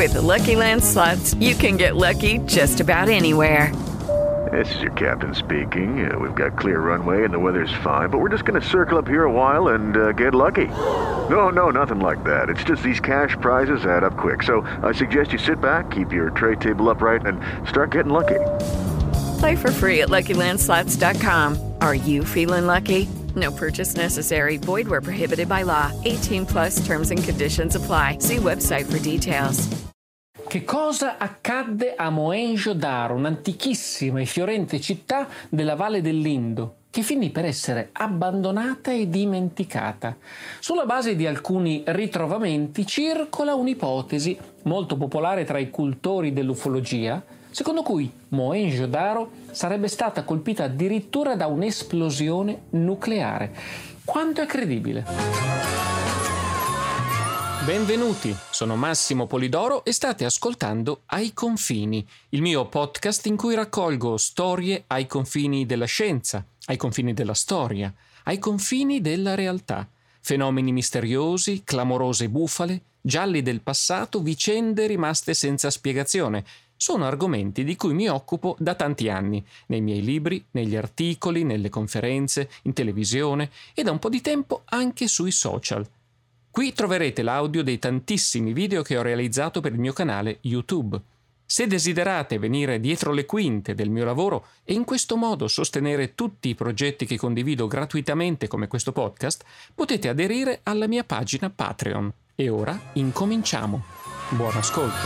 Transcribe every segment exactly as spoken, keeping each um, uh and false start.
With the Lucky Land Slots, you can get lucky just about anywhere. This is your captain speaking. Uh, we've got clear runway and the weather's fine, but we're just going to circle up here a while and uh, get lucky. No, no, nothing like that. It's just these cash prizes add up quick. So I suggest you sit back, keep your tray table upright, and start getting lucky. Play for free at Lucky Land Slots dot com. Are you feeling lucky? No purchase necessary. Void where prohibited by law. eighteen plus terms and conditions apply. See website for details. Che cosa accadde a Mohenjo-Daro, un'antichissima e fiorente città della Valle dell'Indo, che finì per essere abbandonata e dimenticata? Sulla base di alcuni ritrovamenti circola un'ipotesi molto popolare tra i cultori dell'ufologia, secondo cui Mohenjo-Daro sarebbe stata colpita addirittura da un'esplosione nucleare. Quanto è credibile? Benvenuti, sono Massimo Polidoro e state ascoltando Ai Confini, il mio podcast in cui raccolgo storie ai confini della scienza, ai confini della storia, ai confini della realtà, fenomeni misteriosi, clamorose bufale, gialli del passato, vicende rimaste senza spiegazione. Sono argomenti di cui mi occupo da tanti anni, nei miei libri, negli articoli, nelle conferenze, in televisione e da un po' di tempo anche sui social. Qui troverete l'audio dei tantissimi video che ho realizzato per il mio canale YouTube. Se desiderate venire dietro le quinte del mio lavoro e in questo modo sostenere tutti i progetti che condivido gratuitamente come questo podcast, potete aderire alla mia pagina Patreon. E ora incominciamo. Buon ascolto.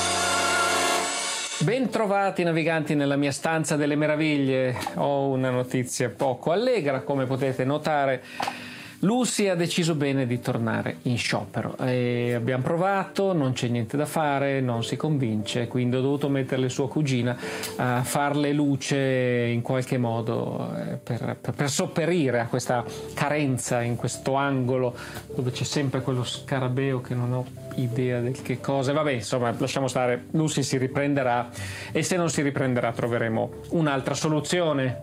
Bentrovati naviganti nella mia stanza delle meraviglie. Ho una notizia poco allegra, come potete notare. Lucy ha deciso bene di tornare in sciopero e abbiamo provato, non c'è niente da fare, non si convince, quindi ho dovuto metterle sua cugina a farle luce in qualche modo per, per, per sopperire a questa carenza in questo angolo dove c'è sempre quello scarabeo che non ho idea del che cosa. Vabbè, insomma, lasciamo stare, Lucy si riprenderà e se non si riprenderà troveremo un'altra soluzione.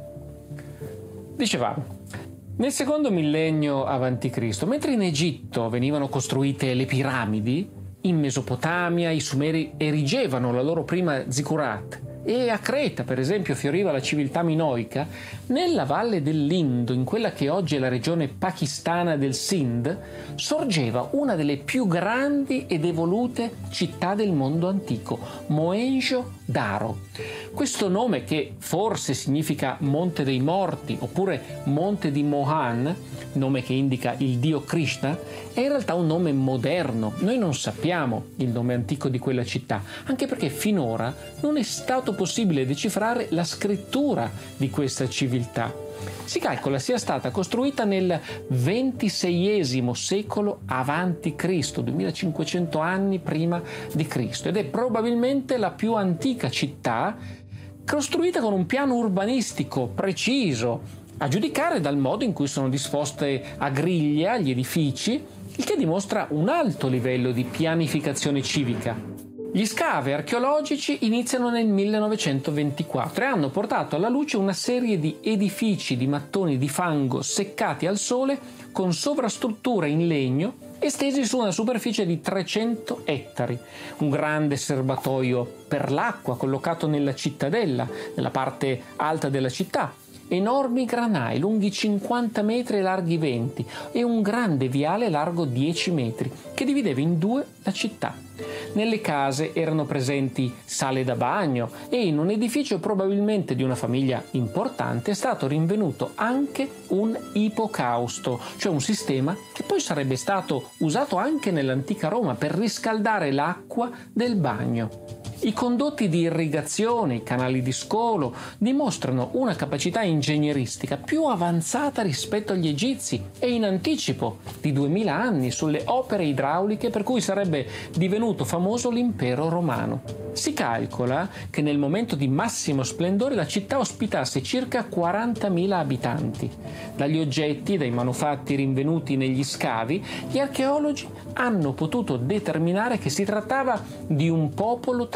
Dicevamo, nel secondo millennio avanti Cristo, mentre in Egitto venivano costruite le piramidi, in Mesopotamia i Sumeri erigevano la loro prima zikurat e a Creta, per esempio, fioriva la civiltà minoica, nella valle dell'Indo, in quella che oggi è la regione pakistana del Sindh, sorgeva una delle più grandi ed evolute città del mondo antico, Mohenjo-Daro. Questo nome, che forse significa Monte dei Morti oppure Monte di Mohan, nome che indica il dio Krishna, è in realtà un nome moderno. Noi non sappiamo il nome antico di quella città, anche perché finora non è stato possibile decifrare la scrittura di questa civiltà. Si calcola sia stata costruita nel ventiseiesimo secolo avanti Cristo, duemilacinquecento anni prima di Cristo, ed è probabilmente la più antica città costruita con un piano urbanistico preciso, a giudicare dal modo in cui sono disposte a griglia gli edifici, il che dimostra un alto livello di pianificazione civica. Gli scavi archeologici iniziano nel millenovecentoventiquattro e hanno portato alla luce una serie di edifici di mattoni di fango seccati al sole con sovrastrutture in legno estesi su una superficie di trecento ettari, un grande serbatoio per l'acqua collocato nella cittadella, nella parte alta della città, enormi granai lunghi cinquanta metri e larghi venti e un grande viale largo dieci metri che divideva in due la città. Nelle case erano presenti sale da bagno e in un edificio probabilmente di una famiglia importante è stato rinvenuto anche un ipocausto, cioè un sistema che poi sarebbe stato usato anche nell'antica Roma per riscaldare l'acqua del bagno. I condotti di irrigazione, i canali di scolo dimostrano una capacità ingegneristica più avanzata rispetto agli egizi e in anticipo di duemila anni sulle opere idrauliche per cui sarebbe divenuto famoso l'impero romano. Si calcola che nel momento di massimo splendore la città ospitasse circa quarantamila abitanti. Dagli oggetti e dai manufatti rinvenuti negli scavi, gli archeologi hanno potuto determinare che si trattava di un popolo tranquillo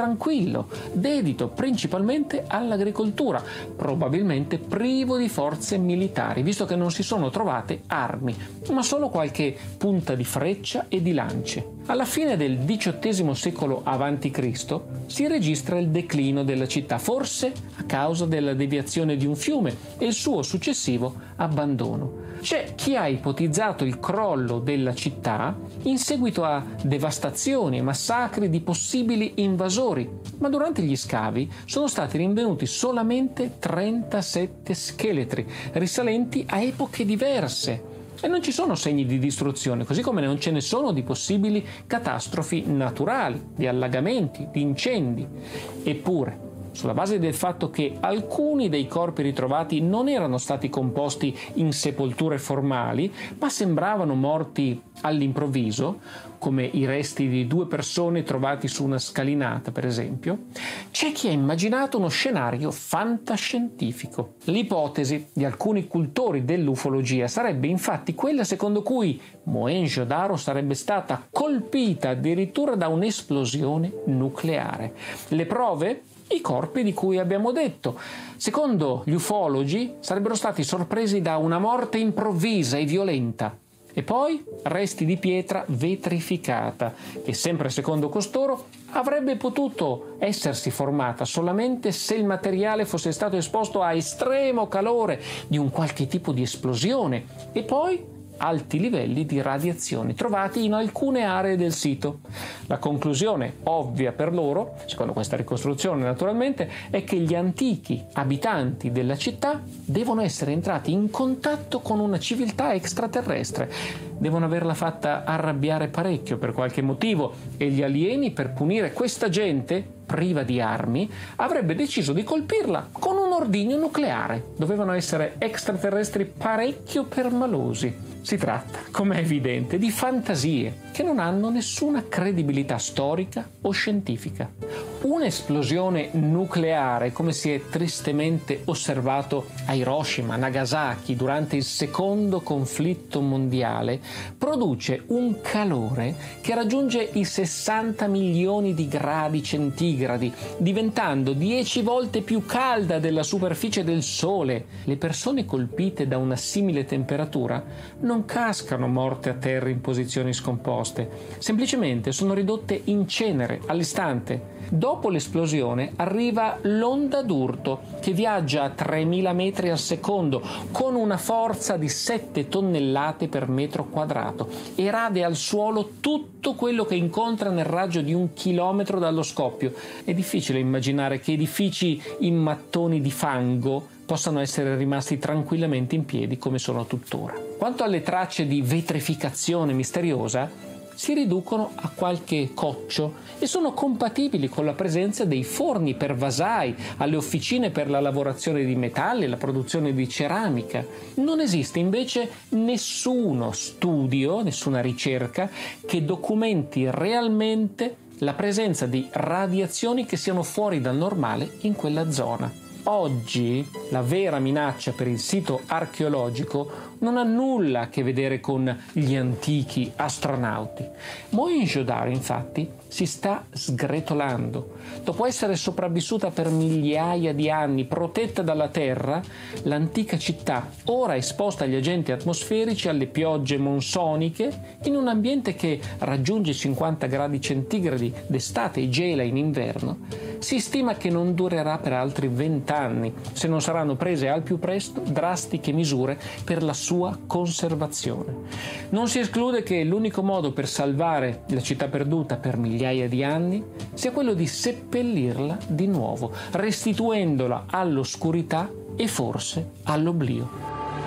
tranquillo, dedito principalmente all'agricoltura, probabilmente privo di forze militari, visto che non si sono trovate armi, ma solo qualche punta di freccia e di lance. Alla fine del diciottesimo secolo avanti Cristo si registra il declino della città, forse a causa della deviazione di un fiume e il suo successivo abbandono. C'è chi ha ipotizzato il crollo della città in seguito a devastazioni e massacri di possibili invasori, ma durante gli scavi sono stati rinvenuti solamente trentasette scheletri, risalenti a epoche diverse. E non ci sono segni di distruzione, così come non ce ne sono di possibili catastrofi naturali, di allagamenti, di incendi. Eppure, sulla base del fatto che alcuni dei corpi ritrovati non erano stati composti in sepolture formali, ma sembravano morti all'improvviso, come i resti di due persone trovati su una scalinata, per esempio, c'è chi ha immaginato uno scenario fantascientifico. L'ipotesi di alcuni cultori dell'ufologia sarebbe infatti quella secondo cui Mohenjo-Daro sarebbe stata colpita addirittura da un'esplosione nucleare. Le prove? I corpi di cui abbiamo detto. Secondo gli ufologi sarebbero stati sorpresi da una morte improvvisa e violenta. E poi resti di pietra vetrificata, che sempre secondo costoro avrebbe potuto essersi formata solamente se il materiale fosse stato esposto a estremo calore di un qualche tipo di esplosione e poi alti livelli di radiazioni trovati in alcune aree del sito. La conclusione ovvia per loro, secondo questa ricostruzione naturalmente, è che gli antichi abitanti della città devono essere entrati in contatto con una civiltà extraterrestre, devono averla fatta arrabbiare parecchio per qualche motivo e gli alieni, per punire questa gente priva di armi, avrebbe deciso di colpirla con un ordigno nucleare. Dovevano essere extraterrestri parecchio permalosi. Si tratta, come è evidente, di fantasie che non hanno nessuna credibilità storica o scientifica. Un'esplosione nucleare, come si è tristemente osservato a Hiroshima, Nagasaki, durante il secondo conflitto mondiale, produce un calore che raggiunge i sessanta milioni di gradi centigradi, diventando dieci volte più calda della superficie del Sole. Le persone colpite da una simile temperatura non cascano morte a terra in posizioni scomposte, semplicemente sono ridotte in cenere all'istante. Dopo l'esplosione arriva l'onda d'urto che viaggia a tremila metri al secondo con una forza di sette tonnellate per metro quadrato e rade al suolo tutto quello che incontra nel raggio di un chilometro dallo scoppio. È difficile immaginare che edifici in mattoni di fango possano essere rimasti tranquillamente in piedi come sono tuttora. Quanto alle tracce di vetrificazione misteriosa, si riducono a qualche coccio e sono compatibili con la presenza dei forni per vasai, alle officine per la lavorazione di metalli e la produzione di ceramica. Non esiste invece nessuno studio, nessuna ricerca che documenti realmente la presenza di radiazioni che siano fuori dal normale in quella zona. Oggi la vera minaccia per il sito archeologico non ha nulla a che vedere con gli antichi astronauti. Mohenjo-Daro, infatti, si sta sgretolando. Dopo essere sopravvissuta per migliaia di anni, protetta dalla Terra, l'antica città, ora esposta agli agenti atmosferici, alle piogge monsoniche, in un ambiente che raggiunge cinquanta gradi centigradi d'estate e gela in inverno, si stima che non durerà per altri vent'anni, se non saranno prese al più presto drastiche misure per la sua conservazione. Non si esclude che l'unico modo per salvare la città perduta per migliaia di anni sia quello di seppellirla di nuovo, restituendola all'oscurità e forse all'oblio.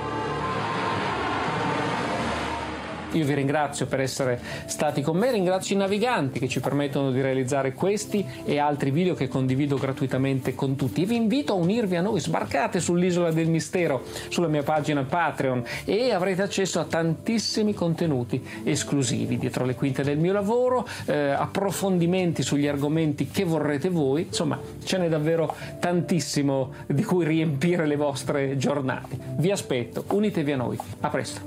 Io vi ringrazio per essere stati con me, ringrazio i naviganti che ci permettono di realizzare questi e altri video che condivido gratuitamente con tutti. Vi invito a unirvi a noi, sbarcate sull'Isola del Mistero, sulla mia pagina Patreon e avrete accesso a tantissimi contenuti esclusivi dietro le quinte del mio lavoro, eh, approfondimenti sugli argomenti che vorrete voi, insomma ce n'è davvero tantissimo di cui riempire le vostre giornate. Vi aspetto, unitevi a noi, a presto.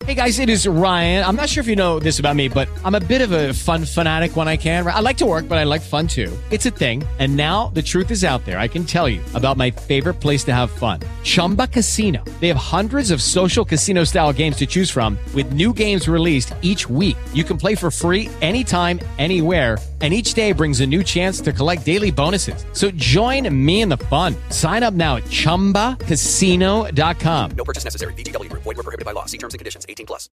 Hey guys, it is Ryan. I'm not sure if you know this about me, but I'm a bit of a fun fanatic when I can. I like to work, but I like fun too. It's a thing. And now the truth is out there. I can tell you about my favorite place to have fun. Chumba Casino. They have hundreds of social casino style games to choose from with new games released each week. You can play for free anytime, anywhere. And each day brings a new chance to collect daily bonuses. So join me in the fun. Sign up now at chumba casino dot com. No purchase necessary. V G W Group. Void where prohibited by law. See terms and conditions. eighteen plus.